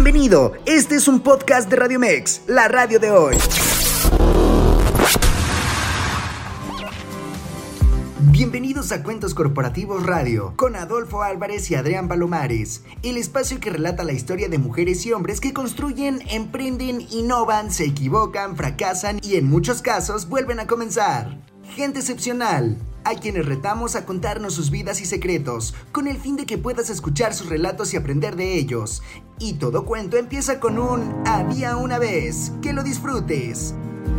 Bienvenido, este es un podcast de Radio Mex, la radio de hoy. Bienvenidos a Cuentos Corporativos Radio, con Adolfo Álvarez y Adrián Palomares, el espacio que relata la historia de mujeres y hombres que construyen, emprenden, innovan, se equivocan, fracasan y en muchos casos vuelven a comenzar. Gente excepcional, a quienes retamos a contarnos sus vidas y secretos, con el fin de que puedas escuchar sus relatos y aprender de ellos. Y todo cuento empieza con un había una vez. ¡Que lo disfrutes!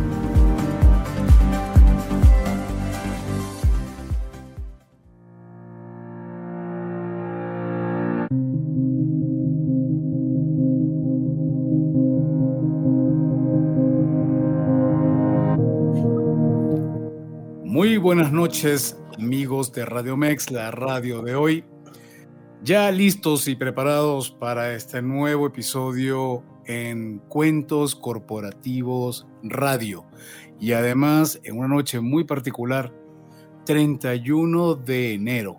Muy buenas noches, amigos de Radio Mex, la radio de hoy. Ya listos y preparados para este nuevo episodio en Cuentos Corporativos Radio. Y además, en una noche muy particular, 31 de enero.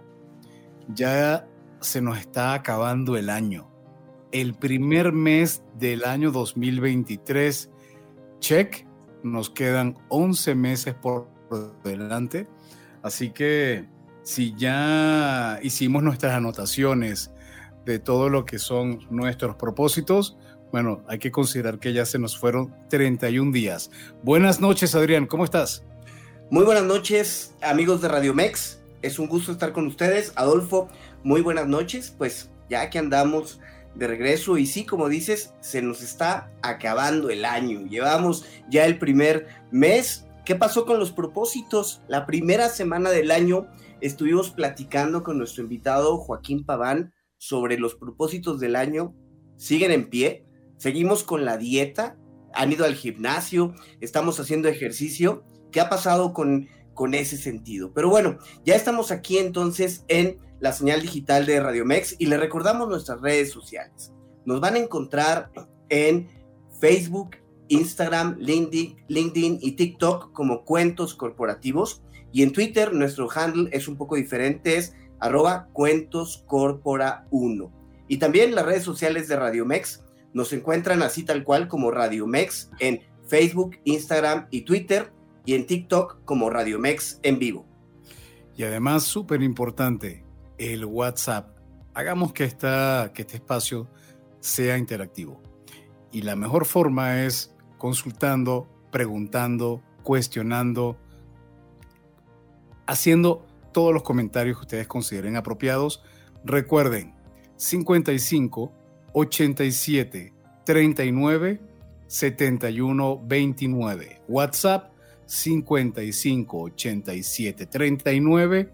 Ya se nos está acabando el año. El primer mes del año 2023. Check, nos quedan 11 meses por delante, así que si ya hicimos nuestras anotaciones de todo lo que son nuestros propósitos, bueno, hay que considerar que ya se nos fueron 31 días. Buenas noches, Adrián, ¿cómo estás? Muy buenas noches, amigos de Radio Mex, es un gusto estar con ustedes. Adolfo, muy buenas noches, pues ya que andamos de regreso y sí, como dices, se nos está acabando el año, llevamos ya el primer mes. ¿Qué pasó con los propósitos? La primera semana del año estuvimos platicando con nuestro invitado Joaquín Paván sobre los propósitos del año. ¿Siguen en pie? ¿Seguimos con la dieta? ¿Han ido al gimnasio? ¿Estamos haciendo ejercicio? ¿Qué ha pasado con ese sentido? Pero bueno, ya estamos aquí entonces en la señal digital de Radio Mex y les recordamos nuestras redes sociales. Nos van a encontrar en Facebook, Instagram, LinkedIn y TikTok como Cuentos Corporativos, y en Twitter nuestro handle es un poco diferente, es @cuentoscorpora1, y también las redes sociales de Radio Mex nos encuentran así tal cual como Radio Mex en Facebook, Instagram y Twitter, y en TikTok como Radio Mex en vivo. Y además, súper importante, el WhatsApp. Hagamos que este espacio sea interactivo, y la mejor forma es consultando, preguntando, cuestionando, haciendo todos los comentarios que ustedes consideren apropiados. Recuerden, 55 87 39 71 29. WhatsApp 55 87 39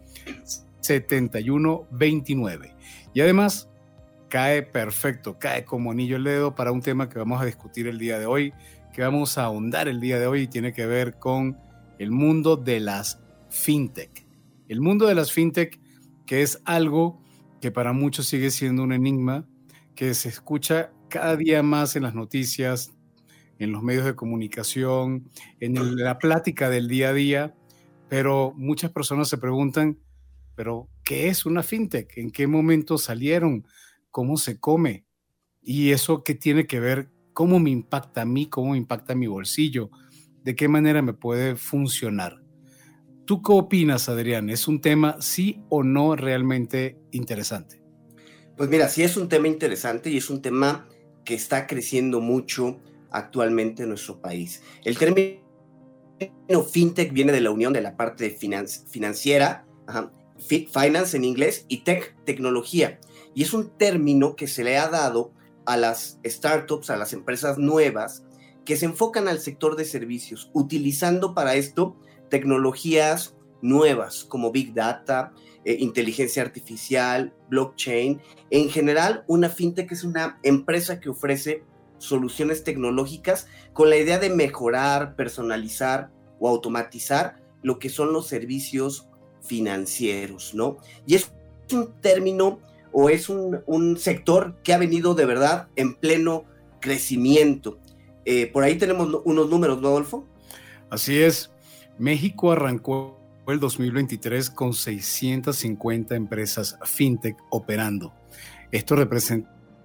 71 29. Y además, cae perfecto, cae como anillo al dedo para un tema que vamos a discutir el día de hoy, que vamos a ahondar el día de hoy, y tiene que ver con el mundo de las fintech. El mundo de las fintech, que es algo que para muchos sigue siendo un enigma, que se escucha cada día más en las noticias, en los medios de comunicación, en la plática del día a día, pero muchas personas se preguntan, ¿pero qué es una fintech? ¿En qué momento salieron? ¿Cómo se come? ¿Y eso qué tiene que ver? ¿Cómo me impacta a mí? ¿Cómo me impacta a mi bolsillo? ¿De qué manera me puede funcionar? ¿Tú qué opinas, Adrián? ¿Es un tema sí o no realmente interesante? Pues mira, sí es un tema interesante y es un tema que está creciendo mucho actualmente en nuestro país. El término fintech viene de la unión de la parte de financiera, finance en inglés, y tech, tecnología. Y es un término que se le ha dado a las startups, a las empresas nuevas que se enfocan al sector de servicios, utilizando para esto tecnologías nuevas como Big Data, inteligencia artificial, blockchain. En general, una fintech es una empresa que ofrece soluciones tecnológicas con la idea de mejorar, personalizar o automatizar lo que son los servicios financieros, ¿no? Y es un término o es un sector que ha venido de verdad en pleno crecimiento. Por ahí tenemos unos números, ¿no, Adolfo? Así es. México arrancó el 2023 con 650 empresas fintech operando. Esto representa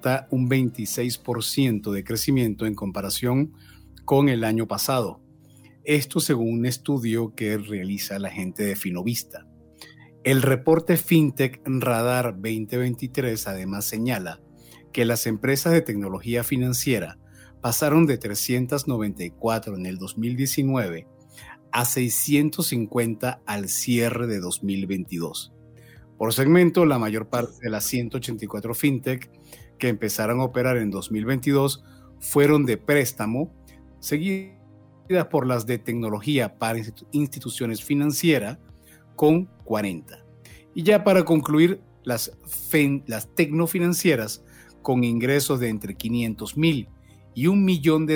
reporta un 26% de crecimiento en comparación con el año pasado. Esto según un estudio que realiza la gente de Finovista. El reporte FinTech Radar 2023 además señala que las empresas de tecnología financiera pasaron de 394 en el 2019 a 650 al cierre de 2022. Por segmento, la mayor parte de las 184 FinTech que empezaron a operar en 2022 fueron de préstamo, seguidas por las de tecnología para instituciones financieras con 40. Y ya para concluir, las tecnofinancieras con ingresos de entre 500,000 y $1 millón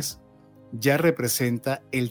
ya representa el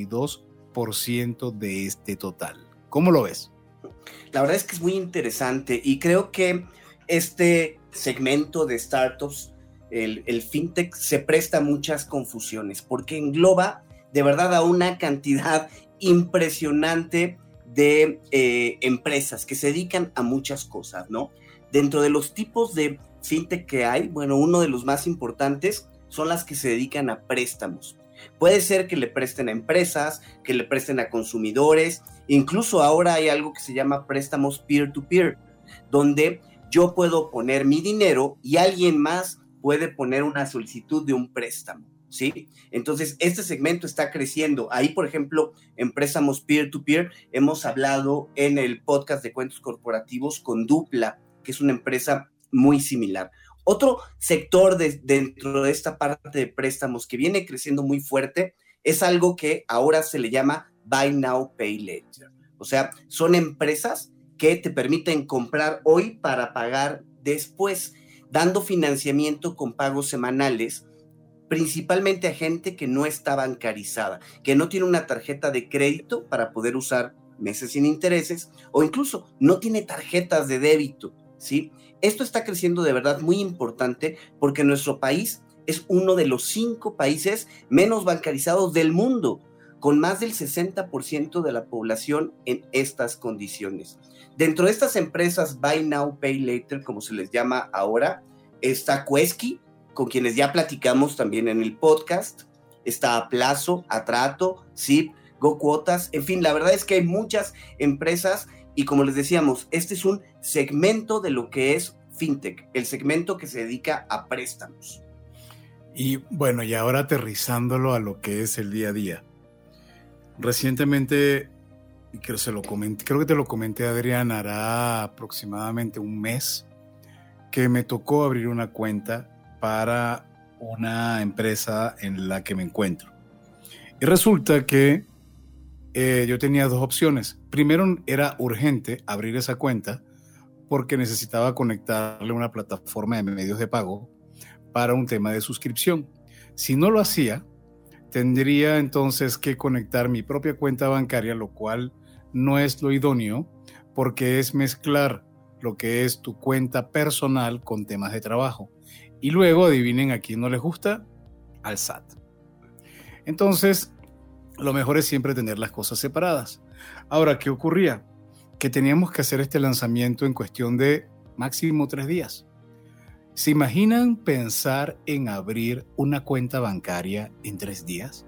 32% de este total. ¿Cómo lo ves? La verdad es que es muy interesante y creo que este segmento de startups, el fintech, se presta a muchas confusiones porque engloba de verdad a una cantidad impresionante de empresas que se dedican a muchas cosas, ¿no? Dentro de los tipos de fintech que hay, bueno, uno de los más importantes son las que se dedican a préstamos. Puede ser que le presten a empresas, que le presten a consumidores, incluso ahora hay algo que se llama préstamos peer-to-peer, donde yo puedo poner mi dinero y alguien más puede poner una solicitud de un préstamo, ¿sí? Entonces, este segmento está creciendo. Ahí, por ejemplo, en préstamos peer-to-peer, hemos hablado en el podcast de Cuentos Corporativos con Dupla, que es una empresa muy similar. Otro sector dentro de esta parte de préstamos que viene creciendo muy fuerte es algo que ahora se le llama Buy Now, Pay Later. O sea, son empresas que te permiten comprar hoy para pagar después, dando financiamiento con pagos semanales, principalmente a gente que no está bancarizada, que no tiene una tarjeta de crédito para poder usar meses sin intereses o incluso no tiene tarjetas de débito, ¿sí? Esto está creciendo de verdad muy importante porque nuestro país es uno de los 5 países menos bancarizados del mundo, con más del 60% de la población en estas condiciones. Dentro de estas empresas Buy Now, Pay Later, como se les llama ahora, está Quesky, con quienes ya platicamos también en el podcast, está Aplazo, Atrato, Zip, GoCuotas, en fin, la verdad es que hay muchas empresas y como les decíamos, este es un segmento de lo que es FinTech, el segmento que se dedica a préstamos. Y bueno, y ahora aterrizándolo a lo que es el día a día. Recientemente, creo que te lo comenté, Adrián, hará aproximadamente un mes que me tocó abrir una cuenta para una empresa en la que me encuentro. Y resulta que yo tenía 2 opciones. Primero, era urgente abrir esa cuenta porque necesitaba conectarle una plataforma de medios de pago para un tema de suscripción. Si no lo hacía, tendría entonces que conectar mi propia cuenta bancaria, lo cual no es lo idóneo porque es mezclar lo que es tu cuenta personal con temas de trabajo. Y luego, adivinen a quién no les gusta, al SAT. Entonces, lo mejor es siempre tener las cosas separadas. Ahora, ¿qué ocurría? Que teníamos que hacer este lanzamiento en cuestión de máximo 3 días. ¿Se imaginan pensar en abrir una cuenta bancaria en 3 días?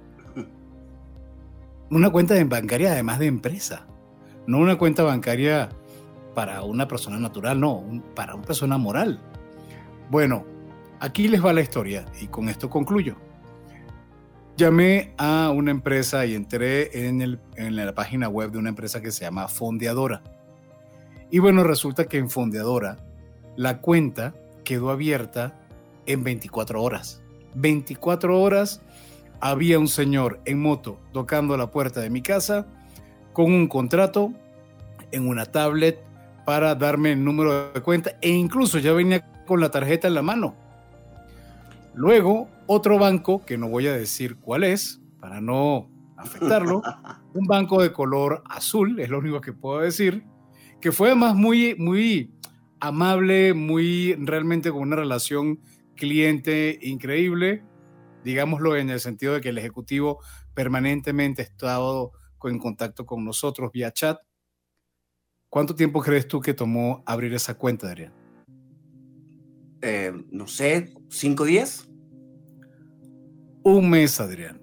Una cuenta bancaria además de empresa. No una cuenta bancaria para una persona natural, no, para una persona moral. Bueno, aquí les va la historia y con esto concluyo. Llamé a una empresa y entré en la página web de una empresa que se llama Fondeadora. Y bueno, resulta que en Fondeadora la cuenta quedó abierta en 24 horas. 24 horas había un señor en moto tocando la puerta de mi casa con un contrato en una tablet para darme el número de cuenta e incluso ya venía con la tarjeta en la mano. Luego, otro banco, que no voy a decir cuál es, para no afectarlo, un banco de color azul, es lo único que puedo decir, que fue además muy, muy amable, muy realmente con una relación cliente increíble, digámoslo en el sentido de que el ejecutivo permanentemente ha estado en contacto con nosotros vía chat. ¿Cuánto tiempo crees tú que tomó abrir esa cuenta, Adrián? no sé, 5 días. Un mes, Adrián.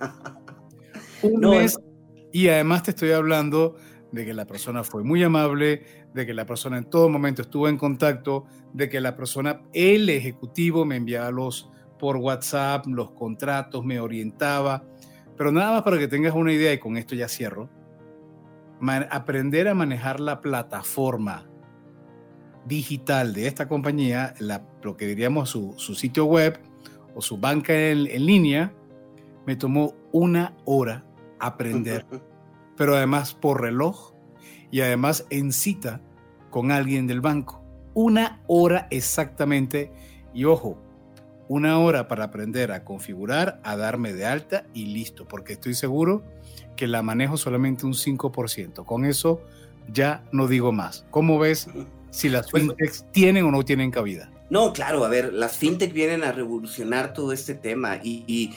Un mes. Y además te estoy hablando de que la persona fue muy amable, de que la persona en todo momento estuvo en contacto, de que la persona, el ejecutivo, me enviaba por WhatsApp los contratos, me orientaba. Pero nada más para que tengas una idea, y con esto ya cierro, aprender a manejar la plataforma digital de esta compañía, lo que diríamos su sitio web o su banca en línea, me tomó 1 hora aprender, pero además por reloj y además en cita con alguien del banco. 1 hora exactamente, y ojo, 1 hora para aprender a configurar, a darme de alta y listo, porque estoy seguro que la manejo solamente un 5%. Con eso ya no digo más. ¿Cómo ves si las fintechs tienen o no tienen cabida? No, claro, a ver, las fintech vienen a revolucionar todo este tema y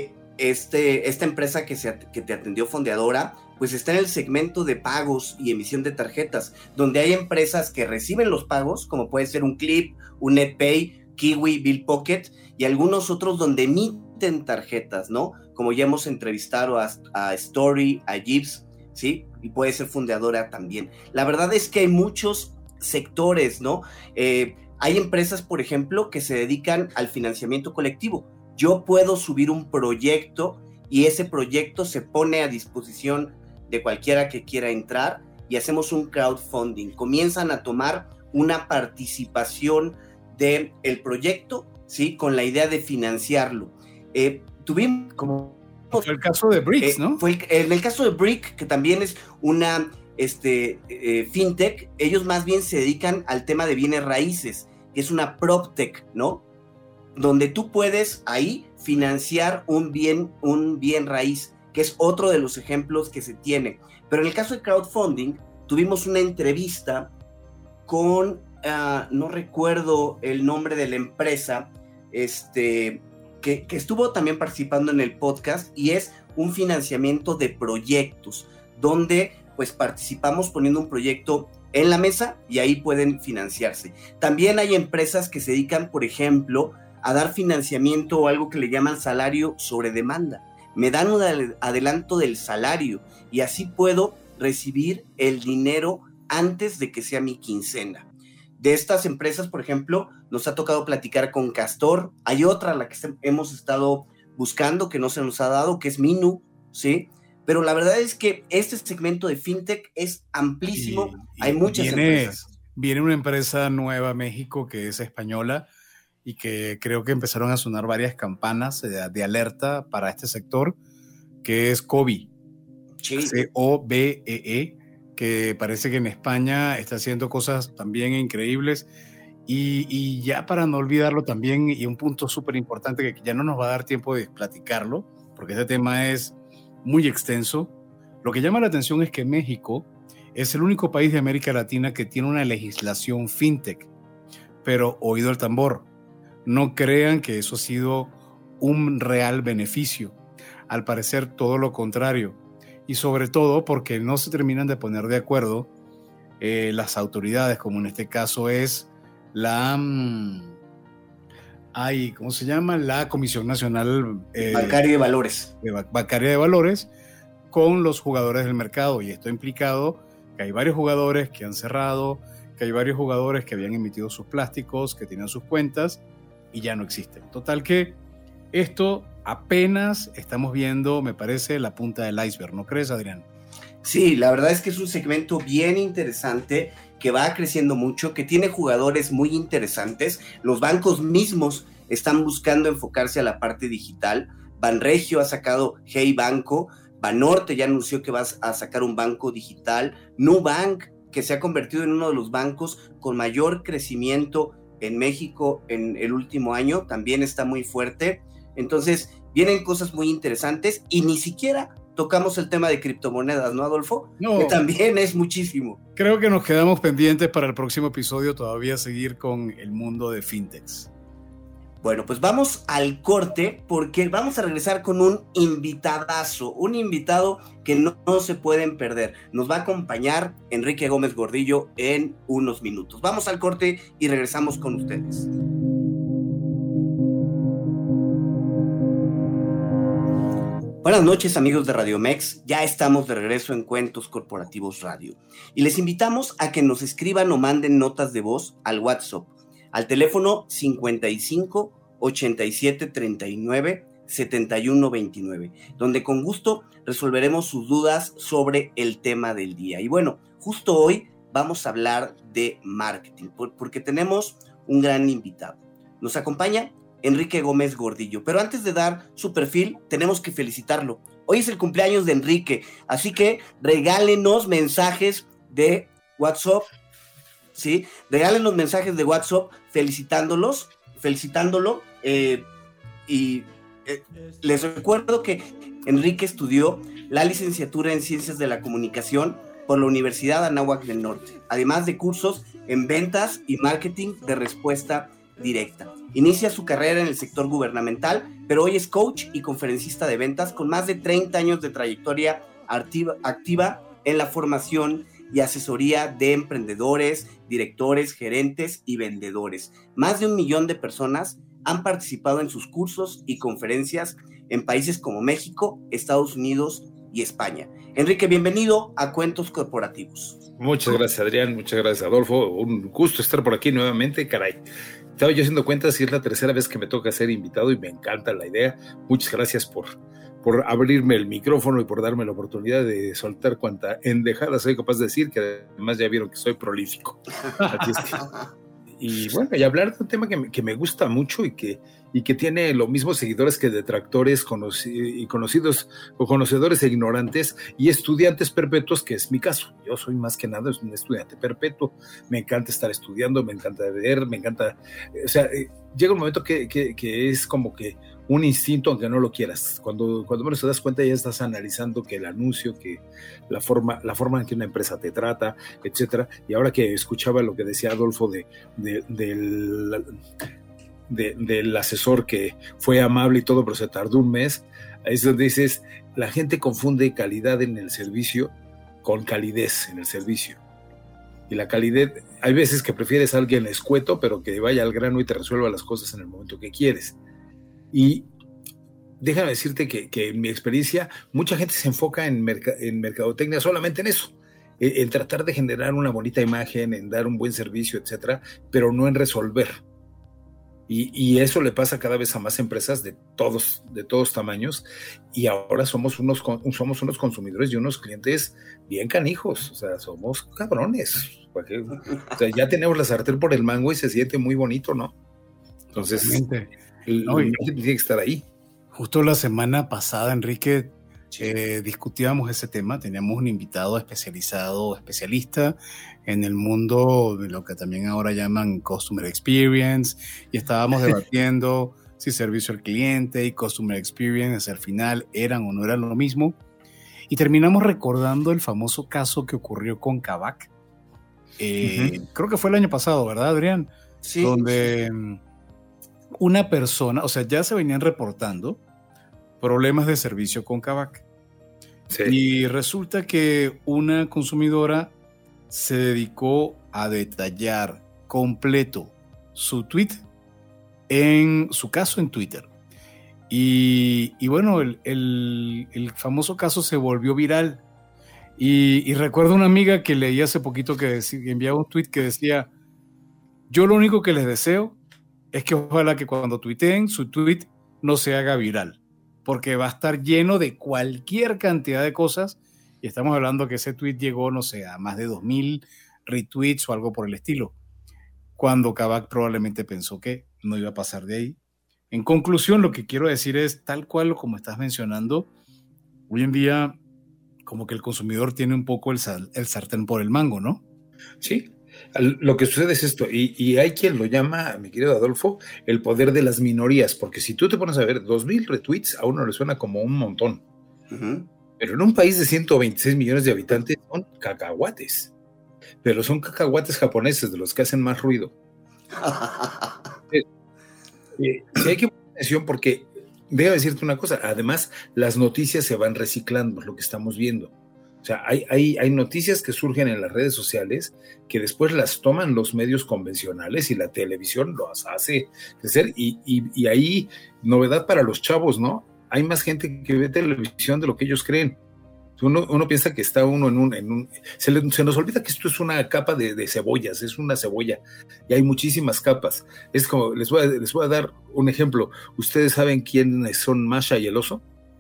esta empresa que te atendió, Fondeadora, pues está en el segmento de pagos y emisión de tarjetas, donde hay empresas que reciben los pagos, como puede ser un Clip, un NetPay, Kiwi, Bill Pocket, y algunos otros donde emiten tarjetas, ¿no? Como ya hemos entrevistado a Story, a Gibbs, ¿sí? Y puede ser Fondeadora también. La verdad es que hay muchos sectores, ¿no? Hay empresas, por ejemplo, que se dedican al financiamiento colectivo. Yo puedo subir un proyecto y ese proyecto se pone a disposición de cualquiera que quiera entrar y hacemos un crowdfunding. Comienzan a tomar una participación del proyecto, ¿sí? Con la idea de financiarlo. Tuvimos... Como fue el caso de Brick, ¿no? En el caso de Brick, que también es una fintech, ellos más bien se dedican al tema de bienes raíces, que es una proptech, ¿no? Donde tú puedes ahí financiar un bien raíz, que es otro de los ejemplos que se tiene. Pero en el caso de crowdfunding, tuvimos una entrevista con, no recuerdo el nombre de la empresa, que estuvo también participando en el podcast, y es un financiamiento de proyectos, donde pues participamos poniendo un proyecto en la mesa y ahí pueden financiarse. También hay empresas que se dedican, por ejemplo, a dar financiamiento o algo que le llaman salario sobre demanda. Me dan un adelanto del salario y así puedo recibir el dinero antes de que sea mi quincena. De estas empresas, por ejemplo, nos ha tocado platicar con Castor. Hay otra a la que hemos estado buscando que no se nos ha dado, que es Minu, ¿sí? Pero la verdad es que este segmento de fintech es amplísimo. Hay muchas empresas. Viene una empresa nueva a México que es española y que creo que empezaron a sonar varias campanas de alerta para este sector, que es Cobee, sí. C-O-B-E-E, que parece que en España está haciendo cosas también increíbles. Y ya para no olvidarlo también, y un punto súper importante que ya no nos va a dar tiempo de platicarlo, porque este tema es muy extenso, lo que llama la atención es que México es el único país de América Latina que tiene una legislación fintech. Pero oído el tambor, no crean que eso ha sido un real beneficio. Al parecer todo lo contrario, y sobre todo porque no se terminan de poner de acuerdo las autoridades, como en este caso es la ¿cómo se llama? La Comisión Nacional Bancaria de Valores. Bancaria de Valores, con los jugadores del mercado, y esto ha implicado que hay varios jugadores que han cerrado, que hay varios jugadores que habían emitido sus plásticos, que tienen sus cuentas y ya no existen. Total que esto apenas estamos viendo, me parece, la punta del iceberg, ¿no crees, Adrián? Sí, la verdad es que es un segmento bien interesante, que va creciendo mucho, que tiene jugadores muy interesantes. Los bancos mismos están buscando enfocarse a la parte digital. Banregio ha sacado Hey Banco, Banorte ya anunció que va a sacar un banco digital, Nubank, que se ha convertido en uno de los bancos con mayor crecimiento en México en el último año, también está muy fuerte. Entonces vienen cosas muy interesantes y ni siquiera tocamos el tema de criptomonedas, ¿no, Adolfo? No, que también es muchísimo. Creo que nos quedamos pendientes para el próximo episodio todavía seguir con el mundo de fintechs. Bueno, pues vamos al corte porque vamos a regresar con un invitadazo, un invitado que no se pueden perder. Nos va a acompañar Enrique Gómez Gordillo en unos minutos. Vamos al corte y regresamos con ustedes. Buenas noches, amigos de Radio Mex. Ya estamos de regreso en Cuentos Corporativos Radio. Y les invitamos a que nos escriban o manden notas de voz al WhatsApp, al teléfono 55 87 39 71 29, donde con gusto resolveremos sus dudas sobre el tema del día. Y bueno, justo hoy vamos a hablar de marketing, porque tenemos un gran invitado. Nos acompaña Enrique Gómez Gordillo, pero antes de dar su perfil, tenemos que felicitarlo. Hoy es el cumpleaños de Enrique, así que regálenos mensajes de WhatsApp, ¿sí? Regálenos mensajes de WhatsApp felicitándolo, les recuerdo que Enrique estudió la licenciatura en Ciencias de la Comunicación por la Universidad Anáhuac del Norte, además de cursos en ventas y marketing de respuesta directa. Inicia su carrera en el sector gubernamental, pero hoy es coach y conferencista de ventas con más de 30 años de trayectoria activa en la formación y asesoría de emprendedores, directores, gerentes y vendedores. Más de 1 millón de personas han participado en sus cursos y conferencias en países como México, Estados Unidos y España. Enrique, bienvenido a Cuentos Corporativos. Muchas gracias, Adrián. Muchas gracias, Adolfo. Un gusto estar por aquí nuevamente, caray. Estaba yo haciendo cuentas y es la tercera vez que me toca ser invitado y me encanta la idea. Muchas gracias por abrirme el micrófono y por darme la oportunidad de soltar cuanta endejada soy capaz de decir, que además ya vieron que soy prolífico. Así es que, y bueno, y hablar de un tema que me gusta mucho y que tiene los mismos seguidores que detractores y conocidos o conocedores e ignorantes y estudiantes perpetuos, que es mi caso. Yo soy más que nada un estudiante perpetuo. Me encanta estar estudiando, me encanta leer, me encanta... O sea, llega un momento que es como que un instinto, aunque no lo quieras. Cuando menos te das cuenta, ya estás analizando que el anuncio, que la forma en que una empresa te trata, etcétera. Y ahora que escuchaba lo que decía Adolfo del asesor que fue amable y todo, pero se tardó un mes, ahí es donde dices, la gente confunde calidad en el servicio con calidez en el servicio. Y la calidad, hay veces que prefieres a alguien escueto, pero que vaya al grano y te resuelva las cosas en el momento que quieres. Y déjame decirte que en mi experiencia, mucha gente se enfoca en mercadotecnia solamente en eso, en tratar de generar una bonita imagen, en dar un buen servicio, etcétera, pero no en resolver. Y eso le pasa cada vez a más empresas de todos tamaños, y ahora somos unos consumidores y unos clientes bien canijos, o sea, somos cabrones. O sea, ya tenemos la sartén por el mango y se siente muy bonito, ¿no? Entonces, el marketing tiene que estar ahí. Justo la semana pasada, Enrique, discutíamos ese tema. Teníamos un invitado especialista en el mundo de lo que también ahora llaman Customer Experience, y estábamos debatiendo si servicio al cliente y Customer Experience al final eran o no eran lo mismo, y terminamos recordando el famoso caso que ocurrió con Kavak. Creo que fue el año pasado, ¿verdad, Adrián? Sí. Donde una persona, o sea, ya se venían reportando problemas de servicio con Kavak. Sí. Y resulta que una consumidora se dedicó a detallar completo su tweet en su caso en Twitter. Y bueno, el famoso caso se volvió viral. Y recuerdo una amiga que leí hace poquito que enviaba un tweet que decía: yo lo único que les deseo es que ojalá que cuando tuiteen su tweet no se haga viral, porque va a estar lleno de cualquier cantidad de cosas, y estamos hablando que ese tweet llegó, no sé, a más de 2,000 retweets o algo por el estilo, cuando Kavak probablemente pensó que no iba a pasar de ahí. En conclusión, lo que quiero decir es, tal cual como estás mencionando, hoy en día como que el consumidor tiene un poco el sartén por el mango, ¿no? Sí. Lo que sucede es esto, y hay quien lo llama, mi querido Adolfo, el poder de las minorías, porque si tú te pones a ver 2,000 retweets, a uno le suena como un montón. Pero en un país de 126 millones de habitantes son cacahuates, pero son cacahuates japoneses, de los que hacen más ruido. Sí, hay que poner atención, porque déjame decirte una cosa, además las noticias se van reciclando, es lo que estamos viendo. O sea, hay noticias que surgen en las redes sociales que después las toman los medios convencionales y la televisión las hace crecer, y ahí, novedad para los chavos, ¿no? hay más gente que ve televisión de lo que ellos creen. Uno piensa que está uno se nos olvida que esto es una capa de cebollas, es una cebolla, y hay muchísimas capas. Es como, les voy a dar un ejemplo. ¿Ustedes saben quiénes son Masha y el oso?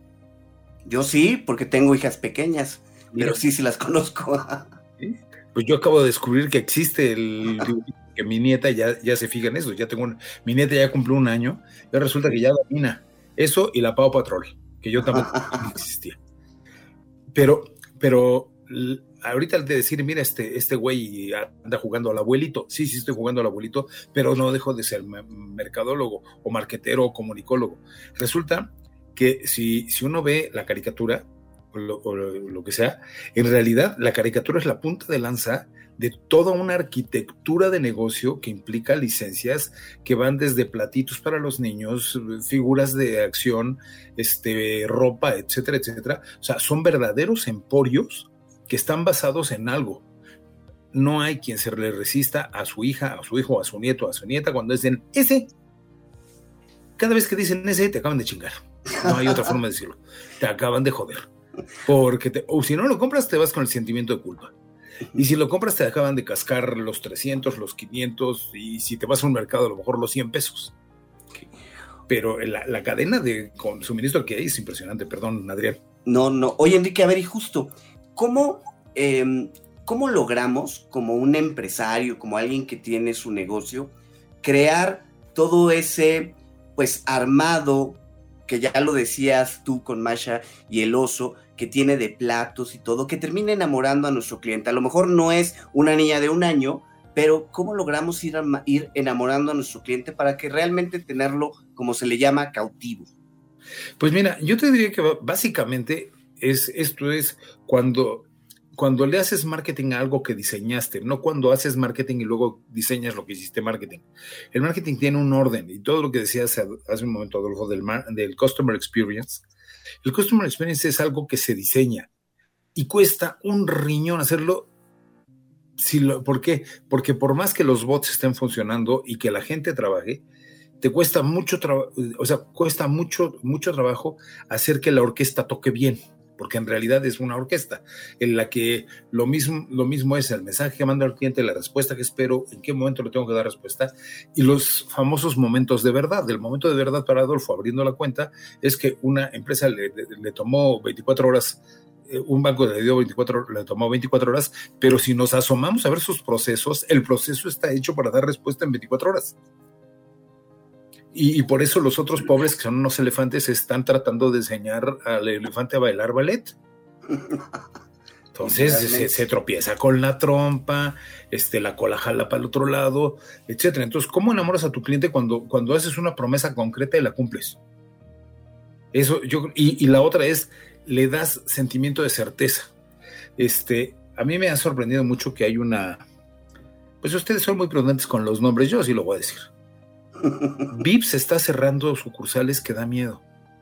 Yo sí, porque tengo hijas pequeñas, pero sí las conozco. ¿Sí? Pues yo acabo de descubrir que existe que mi nieta ya se fija en eso. Mi nieta ya cumplió 1 año, y resulta que ya domina eso y la Paw Patrol, que yo tampoco no existía. Pero ahorita al de decir, mira, este güey anda jugando al abuelito, sí estoy jugando al abuelito, pero no dejo de ser mercadólogo o marquetero o comunicólogo. Resulta que si uno ve la caricatura o lo que sea, en realidad la caricatura es la punta de lanza de toda una arquitectura de negocio que implica licencias que van desde platitos para los niños, figuras de acción, ropa, etcétera, etcétera. O sea, son verdaderos emporios que están basados en algo. No hay quien se le resista a su hija, a su hijo, a su nieto, a su nieta cuando dicen ese. Cada vez que dicen ese, te acaban de chingar. No hay otra forma de decirlo. Te acaban de joder. Porque o si no lo compras, te vas con el sentimiento de culpa. Y si lo compras, te acaban de cascar los 300, los 500, y si te vas a un mercado, a lo mejor los 100 pesos. Pero la cadena de suministro que hay es impresionante. Perdón, Adrián. No. Oye, Enrique, a ver, y justo, ¿cómo logramos, como un empresario, como alguien que tiene su negocio, crear todo ese, pues, armado, que ya lo decías tú con Masha y el oso, que tiene de platos y todo, que termine enamorando a nuestro cliente? A lo mejor no es una niña de 1 año, pero ¿cómo logramos ir enamorando a nuestro cliente para que realmente tenerlo, como se le llama, cautivo? Pues mira, yo te diría que básicamente esto es cuando le haces marketing a algo que diseñaste, no cuando haces marketing y luego diseñas lo que hiciste marketing. El marketing tiene un orden, y todo lo que decías hace un momento, Adolfo, del customer experience. El customer experience es algo que se diseña y cuesta un riñón hacerlo. ¿Por qué? Porque por más que los bots estén funcionando y que la gente trabaje, te cuesta mucho trabajo, o sea, cuesta mucho trabajo hacer que la orquesta toque bien, porque en realidad es una orquesta en la que lo mismo es el mensaje que mando al cliente, la respuesta que espero, en qué momento le tengo que dar respuesta, y los famosos momentos de verdad. El momento de verdad para Adolfo, abriendo la cuenta, es que una empresa le tomó 24 horas, un banco le tomó 24 horas, pero si nos asomamos a ver sus procesos, el proceso está hecho para dar respuesta en 24 horas. Y por eso los otros pobres, que son unos elefantes, están tratando de enseñar al elefante a bailar ballet. Entonces se tropieza con la trompa, la cola jala para el otro lado, etcétera. Entonces, ¿cómo enamoras a tu cliente cuando haces una promesa concreta y la cumples? Eso y la otra es, le das sentimiento de certeza. A mí me ha sorprendido mucho que hay pues ustedes son muy prudentes con los nombres, yo sí lo voy a decir. Vips está cerrando sucursales que da miedo.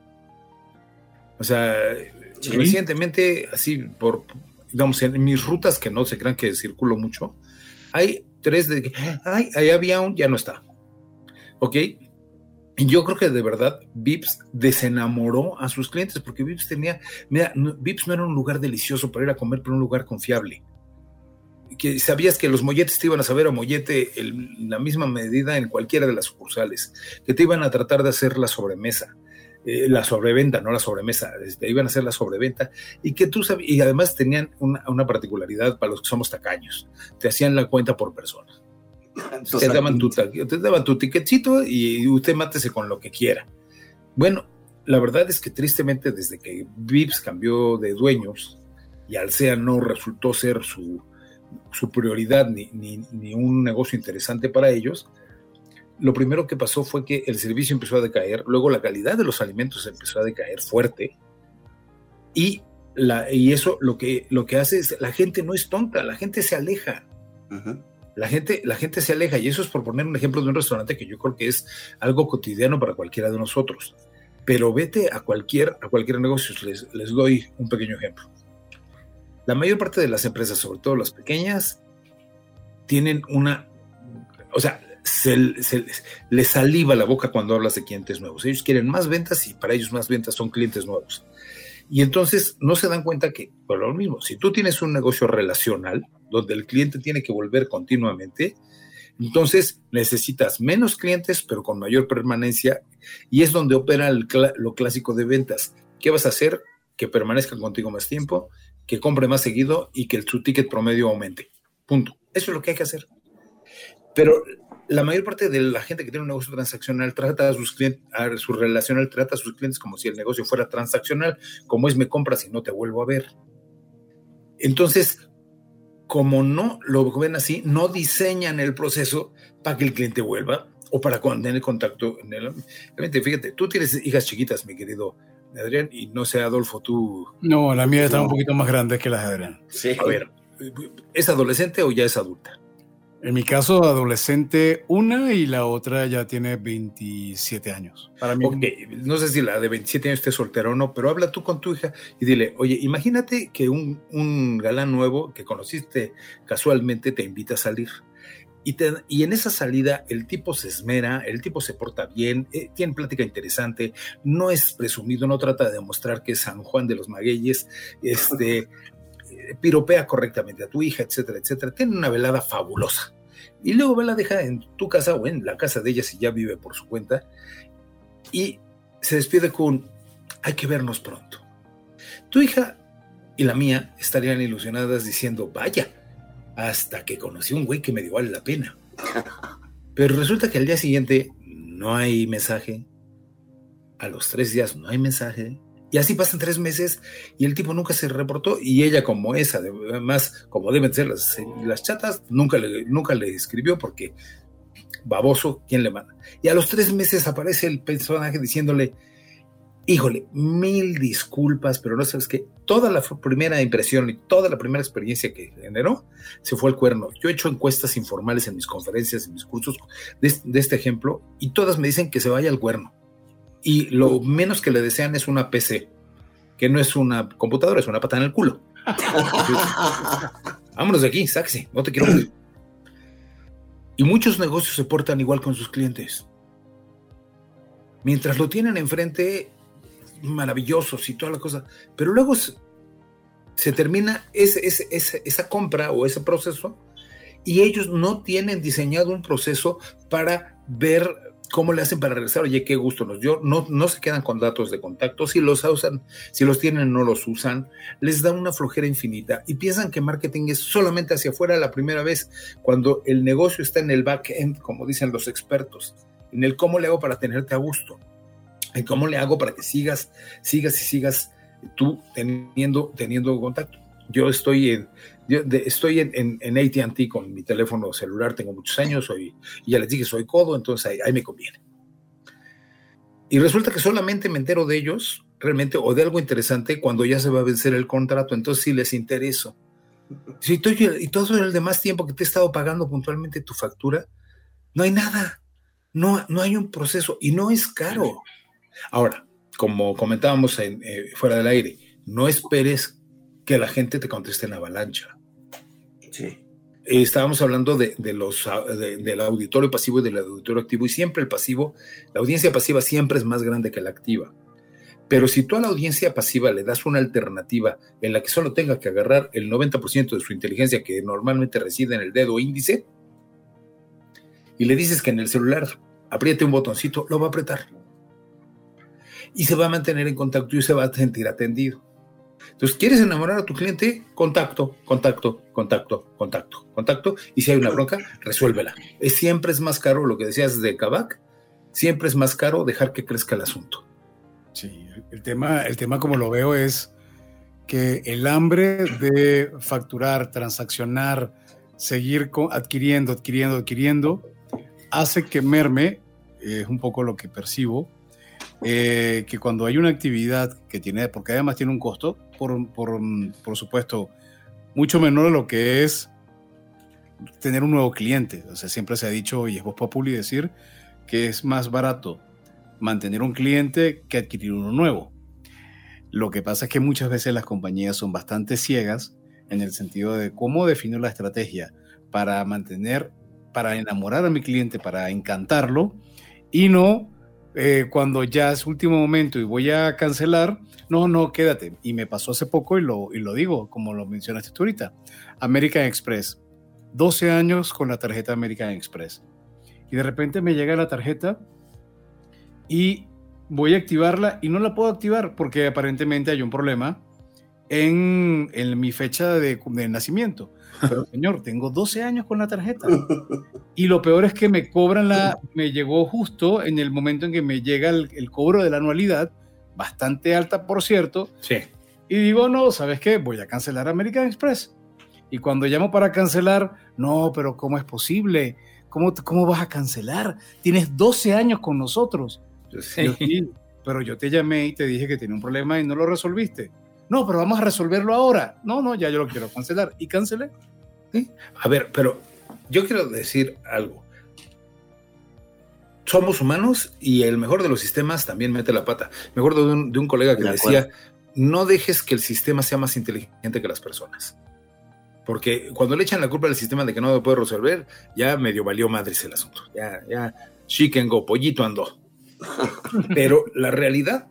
O sea, ¿sí? Recientemente, así digamos, en mis rutas, que no se crean que circulo mucho, hay 3 de que, ahí había ya no está. ¿Ok? Y yo creo que de verdad Vips desenamoró a sus clientes, porque Vips Vips no era un lugar delicioso para ir a comer, pero un lugar confiable. Que sabías que los molletes te iban a saber a mollete la misma medida en cualquiera de las sucursales, que te iban a tratar de hacer la sobremesa, la sobreventa, no la sobremesa, iban a hacer la sobreventa, y que tú sabías, y además tenían una particularidad para los que somos tacaños, te hacían la cuenta por persona. Te daban tu ticketcito y usted mátese con lo que quiera. Bueno, la verdad es que tristemente desde que Vips cambió de dueños y Alsea no resultó ser su prioridad ni un negocio interesante para ellos, lo primero que pasó fue que el servicio empezó a decaer, luego la calidad de los alimentos empezó a decaer fuerte, y eso lo que hace es, la gente no es tonta, la gente se aleja. Uh-huh. La gente se aleja, y eso es por poner un ejemplo de un restaurante que yo creo que es algo cotidiano para cualquiera de nosotros. Pero vete a cualquier negocio, les doy un pequeño ejemplo. La mayor parte de las empresas, sobre todo las pequeñas, tienen o sea, les saliva la boca cuando hablas de clientes nuevos. Ellos quieren más ventas y para ellos más ventas son clientes nuevos. Y entonces no se dan cuenta que, por lo mismo, si tú tienes un negocio relacional, donde el cliente tiene que volver continuamente, entonces necesitas menos clientes, pero con mayor permanencia, y es donde opera lo clásico de ventas. ¿Qué vas a hacer? Que permanezcan contigo más tiempo, que compre más seguido y que su ticket promedio aumente. Punto. Eso es lo que hay que hacer. Pero la mayor parte de la gente que tiene un negocio transaccional trata a sus clientes, su relacional trata a sus clientes como si el negocio fuera transaccional, como es me compras y no te vuelvo a ver. Entonces, como no lo ven así, no diseñan el proceso para que el cliente vuelva o para tener contacto en el ambiente. Fíjate, tú tienes hijas chiquitas, mi querido Adrián, y no sé, Adolfo, tú... No, la mía está un poquito más grande que las de Adrián. Sí. A ver, ¿es adolescente o ya es adulta? En mi caso, adolescente una y la otra ya tiene 27 años. Para mí, Okay. No sé si la de 27 años esté soltera o no, pero habla tú con tu hija y dile, oye, imagínate que un galán nuevo que conociste casualmente te invita a salir. Y en esa salida el tipo se esmera, el tipo se porta bien, tiene plática interesante, no es presumido, no trata de demostrar que es San Juan de los Magueyes, piropea correctamente a tu hija, etcétera, etcétera. Tiene una velada fabulosa. Y luego la deja en tu casa o en la casa de ella si ya vive por su cuenta y se despide con hay que vernos pronto. Tu hija y la mía estarían ilusionadas diciendo vaya, hasta que conocí a un güey que medio vale la pena. Pero resulta que al día siguiente no hay mensaje, a los 3 días no hay mensaje, y así pasan 3 meses y el tipo nunca se reportó y ella como esa, además como deben ser las chatas, nunca le escribió porque baboso, ¿quién le manda? Y a los 3 meses aparece el personaje diciéndole, híjole, 1000 disculpas, pero no sabes qué, toda la primera impresión y toda la primera experiencia que generó se fue al cuerno. Yo he hecho encuestas informales en mis conferencias, en mis cursos de este ejemplo y todas me dicen que se vaya al cuerno. Y lo menos que le desean es una PC, que no es una computadora, es una patada en el culo. Vámonos de aquí, sáquese, no te quiero ver. Y muchos negocios se portan igual con sus clientes. Mientras lo tienen enfrente, maravillosos y toda la cosa, pero luego se termina esa compra o ese proceso y ellos no tienen diseñado un proceso para ver cómo le hacen para regresar. Oye, qué gusto nos dio. No se quedan con datos de contacto. Si los usan, si los tienen, no los usan. Les da una flojera infinita y piensan que marketing es solamente hacia afuera la primera vez, cuando el negocio está en el back-end, como dicen los expertos, en el cómo le hago para tenerte a gusto, en cómo le hago para que sigas tú teniendo contacto. Yo estoy en AT&T con mi teléfono celular, tengo muchos años, y ya les dije, soy codo, entonces ahí me conviene. Y resulta que solamente me entero de ellos, realmente, o de algo interesante, cuando ya se va a vencer el contrato, entonces sí les intereso. Y todo el demás tiempo que te he estado pagando puntualmente tu factura, no hay nada, no hay un proceso, y no es caro. Ahora, como comentábamos fuera del aire, no esperes que la gente te conteste en avalancha. Sí. Estábamos hablando del auditorio pasivo y del auditorio activo, y siempre la audiencia pasiva siempre es más grande que la activa. Pero si tú a la audiencia pasiva le das una alternativa en la que solo tenga que agarrar el 90% de su inteligencia, que normalmente reside en el dedo índice, y le dices que en el celular apriete un botoncito, lo va a apretar. Y se va a mantener en contacto y se va a sentir atendido. Entonces, ¿quieres enamorar a tu cliente? Contacto. Y si hay una bronca, resuélvela. Siempre es más caro, lo que decías de Kavak, siempre es más caro dejar que crezca el asunto. Sí, el tema como lo veo es que el hambre de facturar, transaccionar, seguir adquiriendo, hace que merme, es un poco lo que percibo, que cuando hay una actividad que tiene, porque además tiene un costo, por supuesto, mucho menor de lo que es tener un nuevo cliente. O sea, siempre se ha dicho, y es voz populi decir, que es más barato mantener un cliente que adquirir uno nuevo. Lo que pasa es que muchas veces las compañías son bastante ciegas en el sentido de cómo defino la estrategia para mantener para enamorar a mi cliente, para encantarlo, y no cuando ya es último momento y voy a cancelar, no, quédate. Y me pasó hace poco y lo digo, como lo mencionaste tú ahorita, American Express, 12 años con la tarjeta American Express. Y de repente me llega la tarjeta y voy a activarla y no la puedo activar porque aparentemente hay un problema en mi fecha de nacimiento. Pero señor, tengo 12 años con la tarjeta. Y lo peor es que me llegó justo en el momento en que me llega el cobro de la anualidad, bastante alta, por cierto. Sí. Y digo, no, ¿sabes qué? Voy a cancelar American Express. Y cuando llamo para cancelar, no, pero ¿cómo es posible? ¿Cómo vas a cancelar? Tienes 12 años con nosotros. Sí. Yo, sí, pero yo te llamé y te dije que tenía un problema y no lo resolviste. No, pero vamos a resolverlo ahora. No, ya yo lo quiero cancelar. Y cancelé. ¿Sí? A ver, pero yo quiero decir algo. Somos humanos y el mejor de los sistemas también mete la pata. Me acuerdo de un colega que decía, no dejes que el sistema sea más inteligente que las personas. Porque cuando le echan la culpa al sistema de que no lo puede resolver, ya medio valió madres el asunto. Ya chicken go, pollito andó. Pero la realidad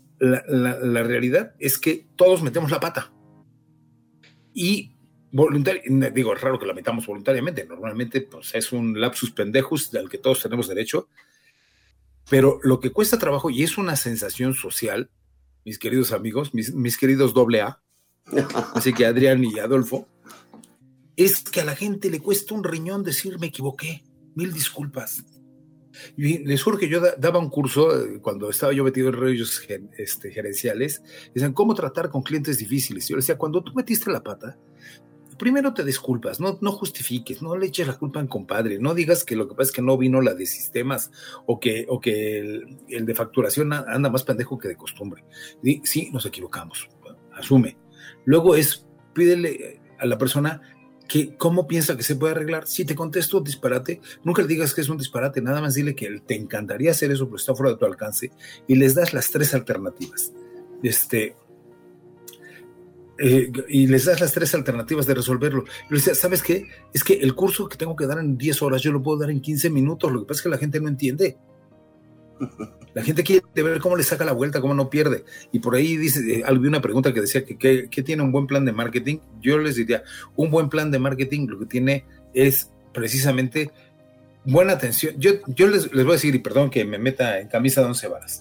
es que todos metemos la pata. Y digo, es raro que la metamos voluntariamente. Normalmente pues, es un lapsus pendejus al que todos tenemos derecho. Pero lo que cuesta trabajo, y es una sensación social, mis queridos amigos, mis queridos AA, así que Adrián y Adolfo, es que a la gente le cuesta un riñón decir me equivoqué, 1000 disculpas. Y les juro que yo daba un curso cuando estaba yo metido en rollos gerenciales, decían cómo tratar con clientes difíciles. Yo les decía, cuando tú metiste la pata, primero te disculpas, no justifiques, no le eches la culpa al compadre, no digas que lo que pasa es que no vino la de sistemas o que el de facturación anda más pendejo que de costumbre. Sí, nos equivocamos, asume. Luego pídele a la persona que cómo piensa que se puede arreglar. Si te contesto disparate, nunca le digas que es un disparate, nada más dile que te encantaría hacer eso, pero está fuera de tu alcance, y les das las 3 alternativas. Y les das las 3 alternativas de resolverlo. Yo le decía, ¿sabes qué? Es que el curso que tengo que dar en 10 horas, yo lo puedo dar en 15 minutos, lo que pasa es que la gente no entiende. La gente quiere ver cómo le saca la vuelta, cómo no pierde. Y por ahí vi una pregunta que decía que ¿qué tiene un buen plan de marketing? Yo les diría, un buen plan de marketing lo que tiene es precisamente buena atención. Yo les voy a decir, y perdón que me meta en camisa de 11 varas.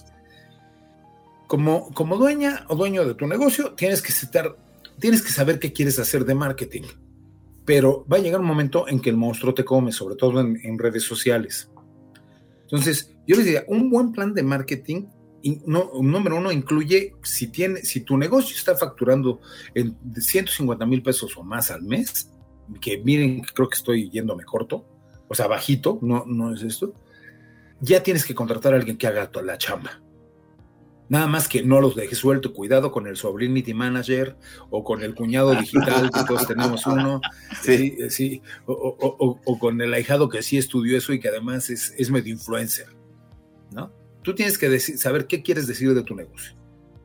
Como dueña o dueño de tu negocio, tienes que saber qué quieres hacer de marketing. Pero va a llegar un momento en que el monstruo te come, sobre todo en redes sociales. Entonces, yo les diría, un buen plan de marketing, número uno, incluye, si tu negocio está facturando en 150,000 pesos o más al mes, que miren, creo que estoy yéndome corto, o sea, bajito, no es esto, ya tienes que contratar a alguien que haga toda la chamba. Nada más que no los dejes suelto, cuidado con el Sobrinity Manager o con el cuñado digital, que todos tenemos uno, sí. O con el ahijado que sí estudió eso y que además es medio influencer, ¿no? Tú tienes que saber qué quieres decir de tu negocio.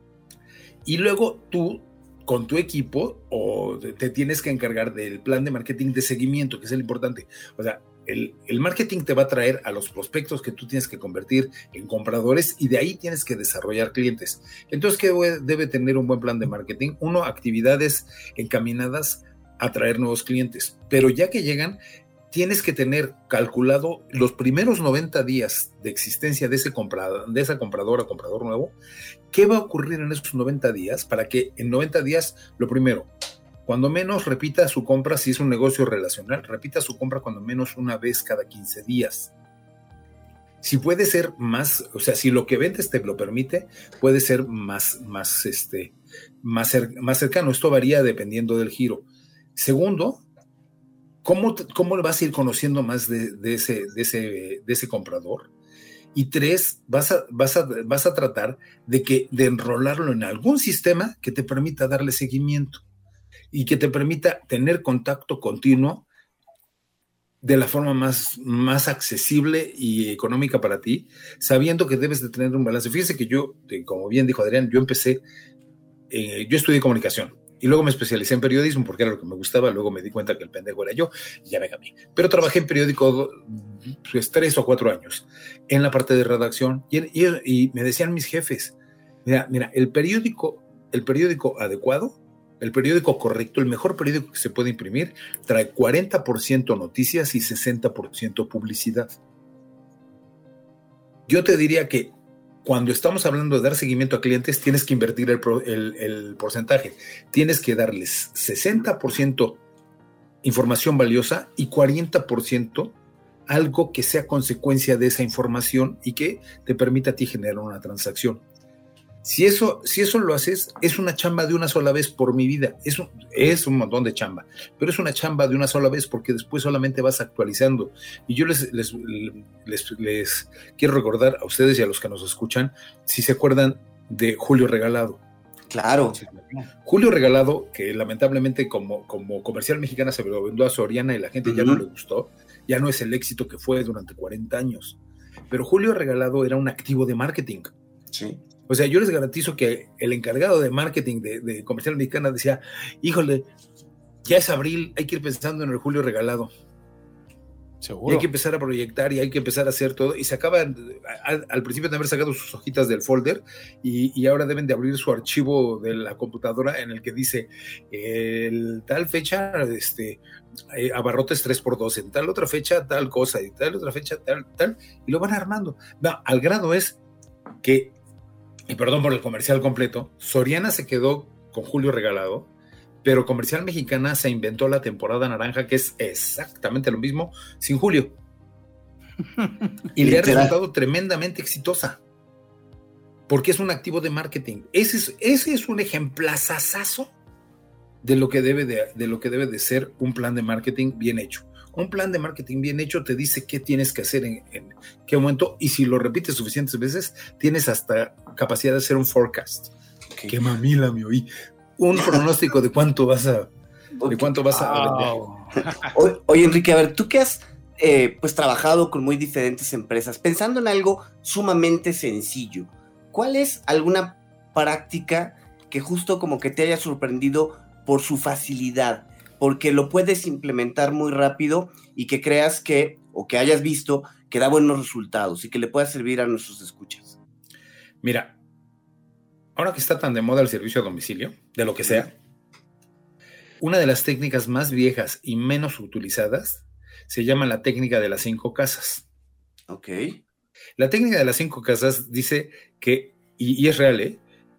Y luego tú, con tu equipo, te tienes que encargar del plan de marketing de seguimiento, que es el importante. O sea, el marketing te va a traer a los prospectos que tú tienes que convertir en compradores y de ahí tienes que desarrollar clientes. Entonces, ¿qué debe tener un buen plan de marketing? Uno, actividades encaminadas a traer nuevos clientes. Pero ya que llegan, tienes que tener calculado los primeros 90 días de existencia de esa compradora o comprador nuevo. ¿Qué va a ocurrir en esos 90 días? Para que en 90 días, lo primero, cuando menos repita su compra, si es un negocio relacional, repita su compra cuando menos una vez cada 15 días. Si puede ser más, o sea, si lo que vendes te lo permite, puede ser más cercano. Esto varía dependiendo del giro. Segundo, ¿cómo le vas a ir conociendo más de ese comprador? Y 3, vas a tratar de enrolarlo en algún sistema que te permita darle seguimiento y que te permita tener contacto continuo de la forma más accesible y económica para ti, sabiendo que debes de tener un balance. Fíjese que yo, como bien dijo Adrián, yo estudié comunicación Y luego me especialicé en periodismo porque era lo que me gustaba. Luego me di cuenta que el pendejo era yo y ya me cambié. Pero trabajé en periódico pues, 3 o 4 años en la parte de redacción y me decían mis jefes, mira, el periódico adecuado, el periódico correcto, el mejor periódico que se puede imprimir, trae 40% noticias y 60% publicidad. Yo te diría que cuando estamos hablando de dar seguimiento a clientes, tienes que invertir el porcentaje. Tienes que darles 60% información valiosa y 40% algo que sea consecuencia de esa información y que te permita a ti generar una transacción. Si eso lo haces, es una chamba de una sola vez por mi vida. Es un montón de chamba, pero es una chamba de una sola vez porque después solamente vas actualizando. Y yo les quiero recordar a ustedes y a los que nos escuchan, si se acuerdan de Julio Regalado. Claro. Julio Regalado, que lamentablemente como Comercial Mexicana se lo vendió a Soriana y la gente ya no le gustó, ya no es el éxito que fue durante 40 años. Pero Julio Regalado era un activo de marketing. Sí. O sea, yo les garantizo que el encargado de marketing de Comercial Mexicana decía, híjole, ya es abril, hay que ir pensando en el Julio Regalado. Seguro. Y hay que empezar a proyectar y hay que empezar a hacer todo. Y se acaban, al principio de haber sacado sus hojitas del folder y ahora deben de abrir su archivo de la computadora en el que dice, tal fecha, abarrotes 3x2, en tal otra fecha, tal cosa, y tal otra fecha, tal, y lo van armando. No, al grado es que, y perdón por el comercial completo, Soriana se quedó con Julio Regalado, pero Comercial Mexicana se inventó la temporada naranja, que es exactamente lo mismo, sin Julio. Y le ha resultado tremendamente exitosa, porque es un activo de marketing. Ese es un ejemplazazazo de lo que debe de ser un plan de marketing bien hecho. Un plan de marketing bien hecho te dice qué tienes que hacer en qué momento, y si lo repites suficientes veces, tienes hasta capacidad de hacer un forecast. Okay. Qué mamila me oí. Un pronóstico de cuánto vas a vender. Oye, Enrique, a ver, tú que has pues trabajado con muy diferentes empresas, pensando en algo sumamente sencillo, ¿cuál es alguna práctica que justo como que te haya sorprendido por su facilidad? Porque lo puedes implementar muy rápido y que creas que, o que hayas visto, que da buenos resultados y que le pueda servir a nuestros escuchas. Mira, ahora que está tan de moda el servicio a domicilio, de lo que sea, una de las técnicas más viejas y menos utilizadas se llama la técnica de las 5 casas. Ok. La técnica de las 5 casas dice que, y es real,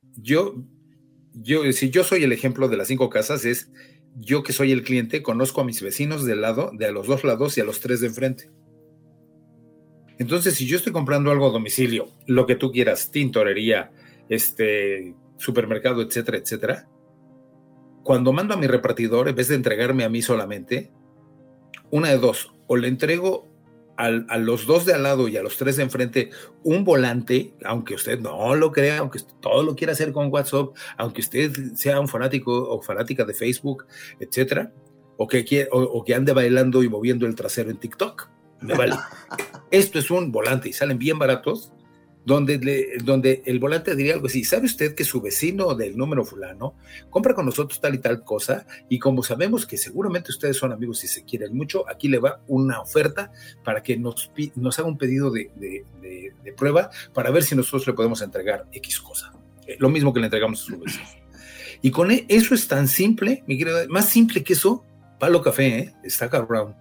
si yo soy el ejemplo de las 5 casas, es yo que soy el cliente, conozco a mis vecinos del lado, de a los 2 lados y a los 3 de enfrente. Entonces, si yo estoy comprando algo a domicilio, lo que tú quieras, tintorería, supermercado, etcétera, etcétera, cuando mando a mi repartidor, en vez de entregarme a mí solamente, una de dos, o le entrego a los 2 de al lado y a los 3 de enfrente un volante, aunque usted no lo crea, aunque todo lo quiera hacer con WhatsApp, aunque usted sea un fanático o fanática de Facebook, etcétera, o que ande bailando y moviendo el trasero en TikTok, me vale. Esto es un volante y salen bien baratos, donde el volante diría algo así: ¿sabe usted que su vecino del número fulano compra con nosotros tal y tal cosa? Y como sabemos que seguramente ustedes son amigos y se quieren mucho, aquí le va una oferta para que nos haga un pedido de prueba para ver si nosotros le podemos entregar X cosa. Lo mismo que le entregamos a su vecino. Y con eso es tan simple, mi querida, más simple que eso, Palo Café, está cabrón.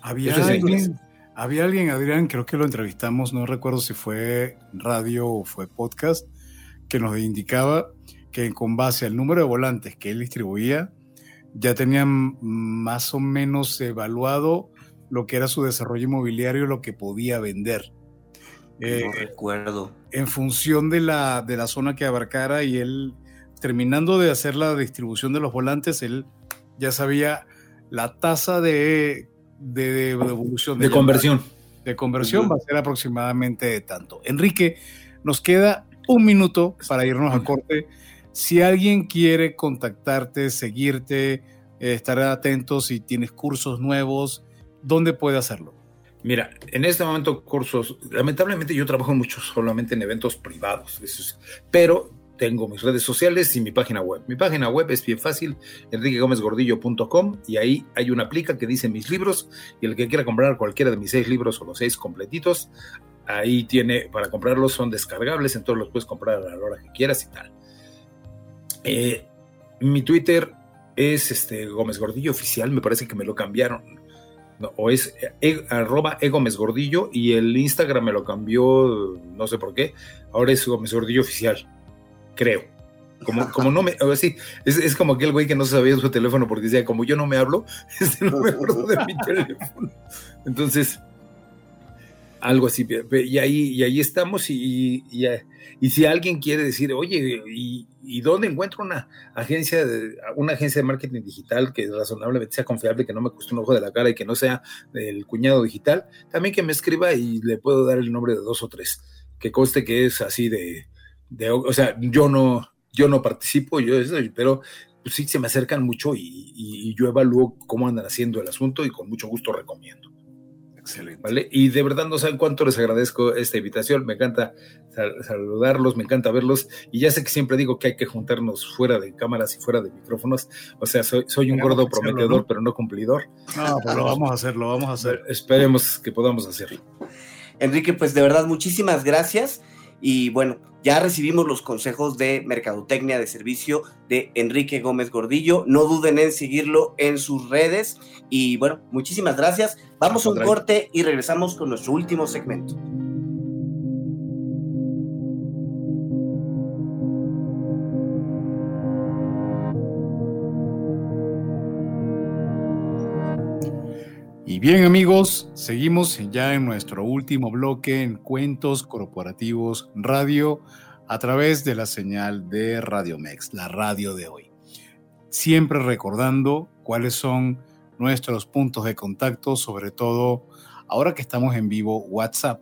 Había alguien, Adrián, creo que lo entrevistamos, no recuerdo si fue radio o fue podcast, que nos indicaba que con base al número de volantes que él distribuía, ya tenían más o menos evaluado lo que era su desarrollo inmobiliario, lo que podía vender. No recuerdo. En función de la zona que abarcara, y él, terminando de hacer la distribución de los volantes, él ya sabía la tasa de evolución. De conversión. De conversión va a ser aproximadamente de tanto. Enrique, nos queda 1 minuto para irnos a corte. Si alguien quiere contactarte, seguirte, estar atento si tienes cursos nuevos, ¿dónde puede hacerlo? Mira, en este momento cursos, lamentablemente yo trabajo mucho solamente en eventos privados, pero tengo mis redes sociales y mi página web. Mi página web es bien fácil, enriquegomezgordillo.com, y ahí hay una plica que dice mis libros, y el que quiera comprar cualquiera de mis 6 libros o los 6 completitos, ahí tiene para comprarlos, son descargables, entonces los puedes comprar a la hora que quieras y tal. Mi Twitter es Gómez Gordillo Oficial, me parece que me lo cambiaron, no, o es @egomezgordillo, y el Instagram me lo cambió, no sé por qué, ahora es Gómez Gordillo Oficial, creo. Como no me, sí, es como aquel güey que no sabía su teléfono porque decía, como yo no me hablo, no me acuerdo de mi teléfono. Entonces, algo así, y ahí estamos, y si alguien quiere decir, oye, ¿y dónde encuentro una agencia de marketing digital que razonablemente sea confiable, que no me cueste un ojo de la cara y que no sea el cuñado digital? También que me escriba y le puedo dar el nombre de 2 o 3, que conste que es así o sea, yo no participo, pero pues sí se me acercan mucho y yo evalúo cómo andan haciendo el asunto y con mucho gusto recomiendo. Excelente. ¿Vale? Y de verdad no saben cuánto les agradezco esta invitación, me encanta saludarlos, me encanta verlos, y ya sé que siempre digo que hay que juntarnos fuera de cámaras y fuera de micrófonos, o sea, soy un gordo prometedor, ¿no? Pero no cumplidor. No, pero lo vamos a hacer. Esperemos que podamos hacerlo. Enrique, pues de verdad muchísimas gracias, y bueno, ya recibimos los consejos de mercadotecnia de servicio de Enrique Gómez Gordillo. No duden en seguirlo en sus redes. Y bueno, muchísimas gracias. Vamos a un corte y regresamos con nuestro último segmento. Y bien, amigos, seguimos ya en nuestro último bloque en Cuentos Corporativos Radio a través de la señal de Radio Mex, la radio de hoy. Siempre recordando cuáles son nuestros puntos de contacto, sobre todo ahora que estamos en vivo, WhatsApp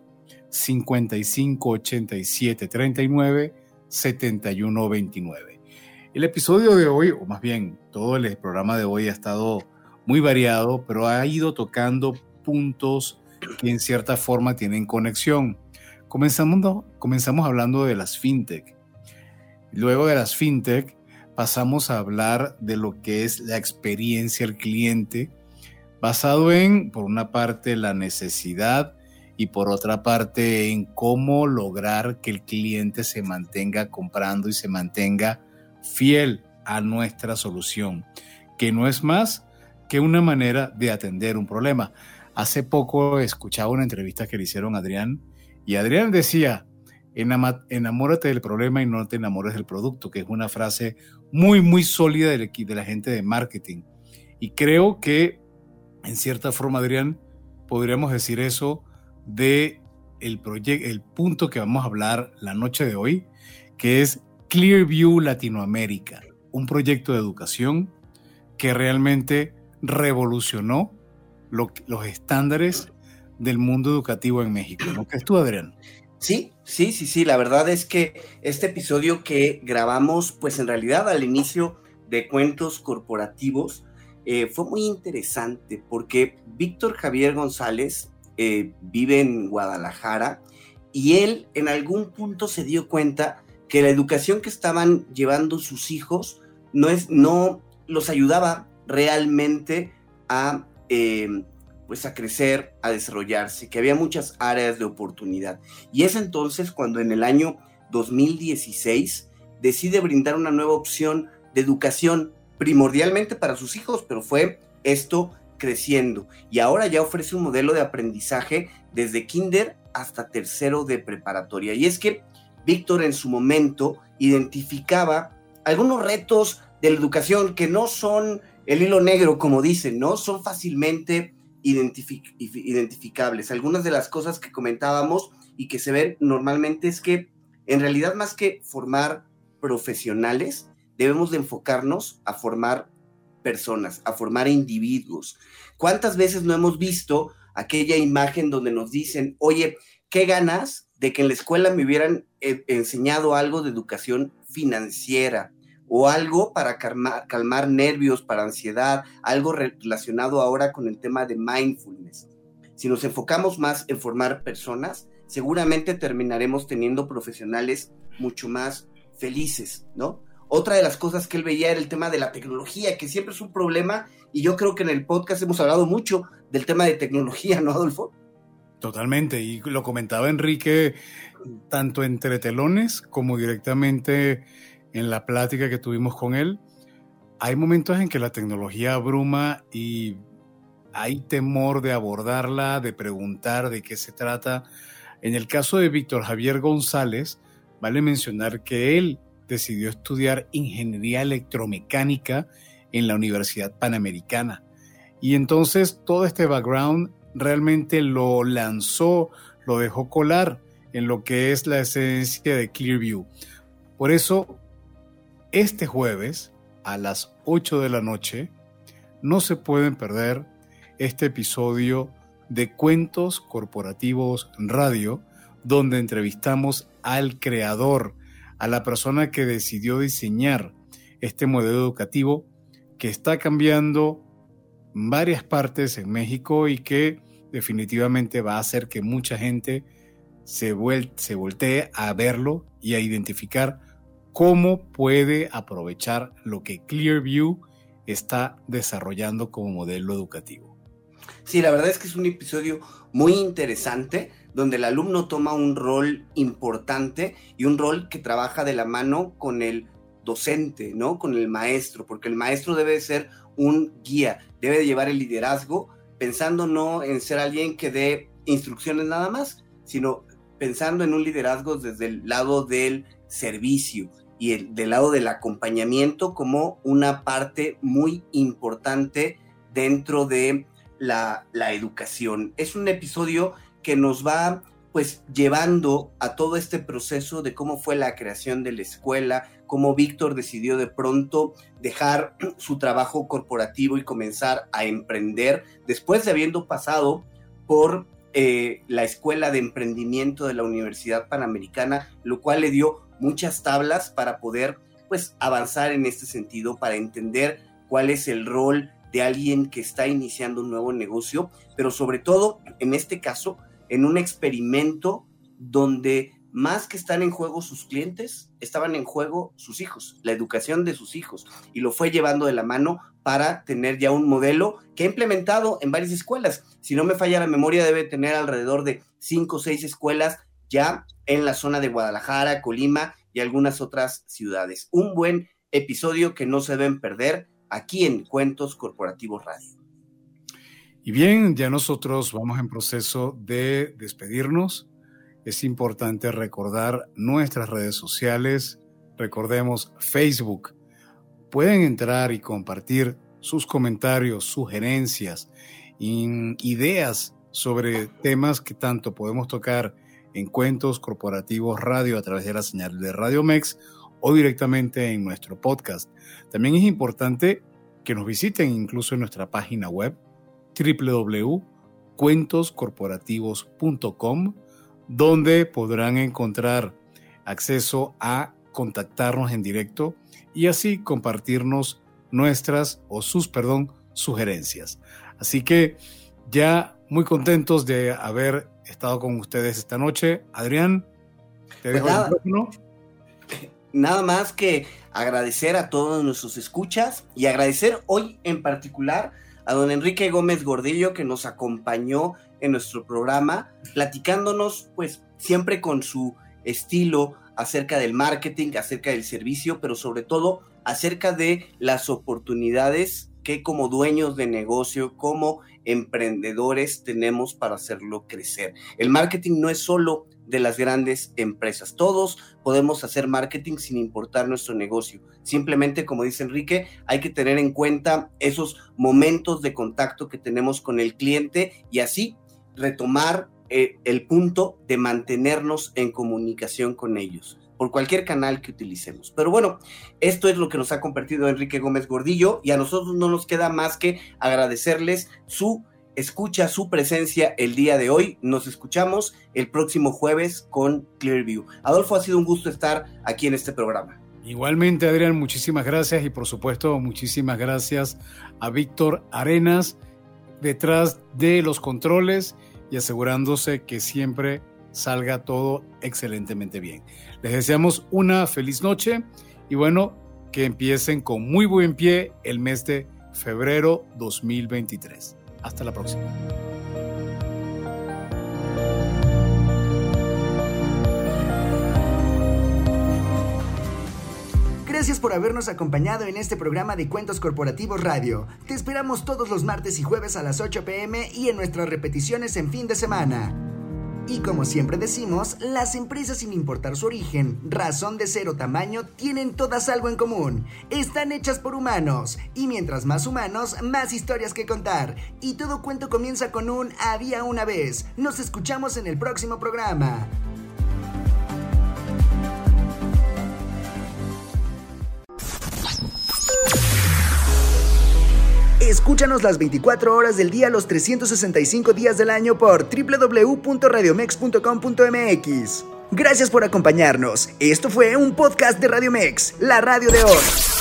55 87 39 71 29. El episodio de hoy, o más bien todo el programa de hoy ha estado muy variado, pero ha ido tocando puntos que en cierta forma tienen conexión. Comenzamos hablando de las fintech. Luego de las fintech pasamos a hablar de lo que es la experiencia al cliente, basado en, por una parte, la necesidad y por otra parte, en cómo lograr que el cliente se mantenga comprando y se mantenga fiel a nuestra solución, que no es más que una manera de atender un problema. Hace poco escuchaba una entrevista que le hicieron a Adrián, y Adrián decía, enamórate del problema y no te enamores del producto, que es una frase muy, muy sólida de la gente de marketing. Y creo que, en cierta forma, Adrián, podríamos decir eso de el punto que vamos a hablar la noche de hoy, que es Clearview Latinoamérica, un proyecto de educación que realmente revolucionó los estándares del mundo educativo en México. ¿No crees tú, Adrián? Sí, la verdad es que este episodio que grabamos, pues en realidad al inicio de Cuentos Corporativos, fue muy interesante porque Víctor Javier González vive en Guadalajara, y él en algún punto se dio cuenta que la educación que estaban llevando sus hijos no los ayudaba realmente a crecer, a desarrollarse, que había muchas áreas de oportunidad. Y es entonces cuando en el año 2016 decide brindar una nueva opción de educación primordialmente para sus hijos, pero fue esto creciendo. Y ahora ya ofrece un modelo de aprendizaje desde kinder hasta tercero de preparatoria. Y es que Víctor en su momento identificaba algunos retos de la educación que no son el hilo negro, como dicen, ¿no? Son fácilmente identificables. Algunas de las cosas que comentábamos y que se ven normalmente es que en realidad, más que formar profesionales, debemos de enfocarnos a formar personas, a formar individuos. ¿Cuántas veces no hemos visto aquella imagen donde nos dicen, oye, qué ganas de que en la escuela me hubieran enseñado algo de educación financiera, o algo para calmar nervios, para ansiedad, algo relacionado ahora con el tema de mindfulness? Si nos enfocamos más en formar personas, seguramente terminaremos teniendo profesionales mucho más felices, ¿no? Otra de las cosas que él veía era el tema de la tecnología, que siempre es un problema, y yo creo que en el podcast hemos hablado mucho del tema de tecnología, ¿no, Adolfo? Totalmente, y lo comentaba Enrique, tanto entre telones como directamente en la plática que tuvimos con él. Hay momentos en que la tecnología abruma y hay temor de abordarla, de preguntar de qué se trata. En el caso de Víctor Javier González, vale mencionar que él decidió estudiar ingeniería electromecánica en la Universidad Panamericana. Y entonces todo este background realmente lo lanzó, lo dejó colar en lo que es la esencia de Clearview. Por eso, este jueves a las 8 de la noche, no se pueden perder este episodio de Cuentos Corporativos Radio, donde entrevistamos al creador, a la persona que decidió diseñar este modelo educativo que está cambiando varias partes en México y que definitivamente va a hacer que mucha gente se voltee a verlo y a identificar cómo puede aprovechar lo que Clearview está desarrollando como modelo educativo. Sí, la verdad es que es un episodio muy interesante, donde el alumno toma un rol importante y un rol que trabaja de la mano con el docente, ¿no? Con el maestro, porque el maestro debe ser un guía, debe de llevar el liderazgo, pensando no en ser alguien que dé instrucciones nada más, sino pensando en un liderazgo desde el lado del servicio y del lado del acompañamiento como una parte muy importante dentro de la educación. Es un episodio que nos va pues llevando a todo este proceso de cómo fue la creación de la escuela, cómo Víctor decidió de pronto dejar su trabajo corporativo y comenzar a emprender después de habiendo pasado por la Escuela de Emprendimiento de la Universidad Panamericana, lo cual le dio muchas tablas para poder pues avanzar en este sentido, para entender cuál es el rol de alguien que está iniciando un nuevo negocio, pero sobre todo, en este caso, en un experimento donde más que están en juego sus clientes, estaban en juego sus hijos, la educación de sus hijos, y lo fue llevando de la mano para tener ya un modelo que ha implementado en varias escuelas. Si no me falla la memoria, debe tener alrededor de 5 o 6 escuelas ya en la zona de Guadalajara, Colima y algunas otras ciudades. Un buen episodio que no se deben perder aquí en Cuentos Corporativos Radio. Y bien, ya nosotros vamos en proceso de despedirnos. Es importante recordar nuestras redes sociales. Recordemos Facebook. Pueden entrar y compartir sus comentarios, sugerencias, ideas sobre temas que tanto podemos tocar en Cuentos Corporativos Radio a través de la señal de Radio Mex o directamente en nuestro podcast. También es importante que nos visiten incluso en nuestra página web www.cuentoscorporativos.com, donde podrán encontrar acceso a contactarnos en directo y así compartirnos nuestras o sus sugerencias. Así que ya muy contentos de haber estado con ustedes esta noche. Adrián, te dejo el micrófono. Nada más que agradecer a todos nuestros escuchas y agradecer hoy en particular a don Enrique Gómez Gordillo, que nos acompañó en nuestro programa, platicándonos pues siempre con su estilo acerca del marketing, acerca del servicio, pero sobre todo acerca de las oportunidades que como dueños de negocio, como emprendedores tenemos para hacerlo crecer. El marketing no es solo de las grandes empresas. Todos podemos hacer marketing sin importar nuestro negocio. Simplemente, como dice Enrique, hay que tener en cuenta esos momentos de contacto que tenemos con el cliente y así retomar el punto de mantenernos en comunicación con ellos por cualquier canal que utilicemos. Pero bueno, esto es lo que nos ha compartido Enrique Gómez Gordillo y a nosotros no nos queda más que agradecerles su escucha, su presencia el día de hoy. Nos escuchamos el próximo jueves con Clearview. Adolfo, ha sido un gusto estar aquí en este programa. Igualmente, Adrián, muchísimas gracias y por supuesto muchísimas gracias a Víctor Arenas detrás de los controles y asegurándose que siempre salga todo excelentemente bien. Les deseamos una feliz noche y bueno, que empiecen con muy buen pie el mes de febrero 2023. Hasta la próxima. Gracias por habernos acompañado en este programa de Cuentos Corporativos Radio. Te esperamos todos los martes y jueves a las 8 p.m. y en nuestras repeticiones en fin de semana. Y como siempre decimos, las empresas, sin importar su origen, razón de ser o tamaño, tienen todas algo en común. Están hechas por humanos. Y mientras más humanos, más historias que contar. Y todo cuento comienza con un había una vez. Nos escuchamos en el próximo programa. Escúchanos las 24 horas del día, los 365 días del año por www.radiomex.com.mx. Gracias por acompañarnos. Esto fue un podcast de Radiomex, la radio de hoy.